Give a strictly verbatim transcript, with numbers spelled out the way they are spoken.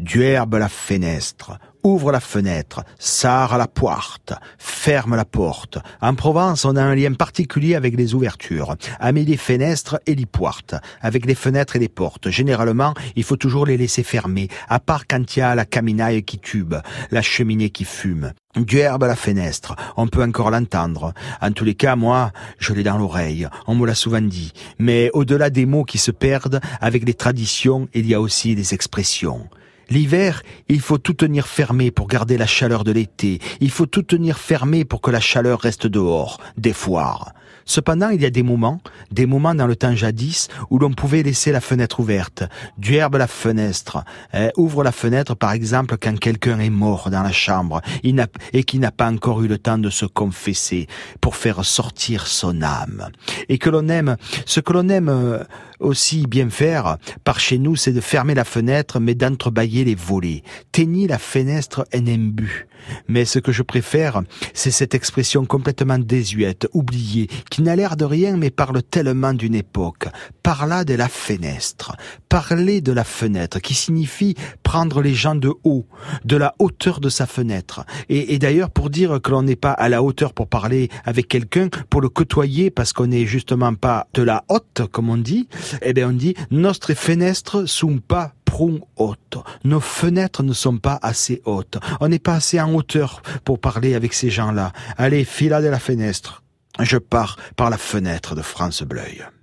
Duerbe la fenestre, ouvre la fenêtre, sarre la porte, ferme la porte. En Provence, on a un lien particulier avec les ouvertures, avec les fenêtres et les portes, avec les fenêtres et les portes. Généralement, il faut toujours les laisser fermer, à part quand il y a la caminaille qui tube, la cheminée qui fume. Duerbe la fenestre, on peut encore l'entendre. En tous les cas, moi, je l'ai dans l'oreille, on me l'a souvent dit. Mais au-delà des mots qui se perdent, avec les traditions, il y a aussi des expressions. L'hiver, il faut tout tenir fermé pour garder la chaleur de l'été. Il faut tout tenir fermé pour que la chaleur reste dehors, des foires. Cependant, il y a des moments, des moments dans le temps jadis, où l'on pouvait laisser la fenêtre ouverte. Duerbe la fenêtre. Eh, ouvre la fenêtre, par exemple, quand quelqu'un est mort dans la chambre il n'a, et qui n'a pas encore eu le temps de se confesser pour faire sortir son âme. Et que l'on aime, ce que l'on aime euh, aussi bien faire, par chez nous, c'est de fermer la fenêtre, mais d'entrebâiller les volets. Tegni la fenêtre en imbu. Mais ce que je préfère, c'est cette expression complètement désuète, oubliée, qui n'a l'air de rien mais parle tellement d'une époque. Parla de la fenestre. Parler de la fenêtre, qui signifie prendre les gens de haut, de la hauteur de sa fenêtre. Et, et d'ailleurs, pour dire que l'on n'est pas à la hauteur pour parler avec quelqu'un, pour le côtoyer parce qu'on n'est justement pas de la haute, comme on dit, eh bien on dit « Nostre fenestre sunt pas prou haute ». Nos fenêtres ne sont pas assez hautes. On n'est pas assez en hauteur pour parler avec ces gens-là. Allez, fila de la fenestre. Je pars par la fenêtre de France Bleuil.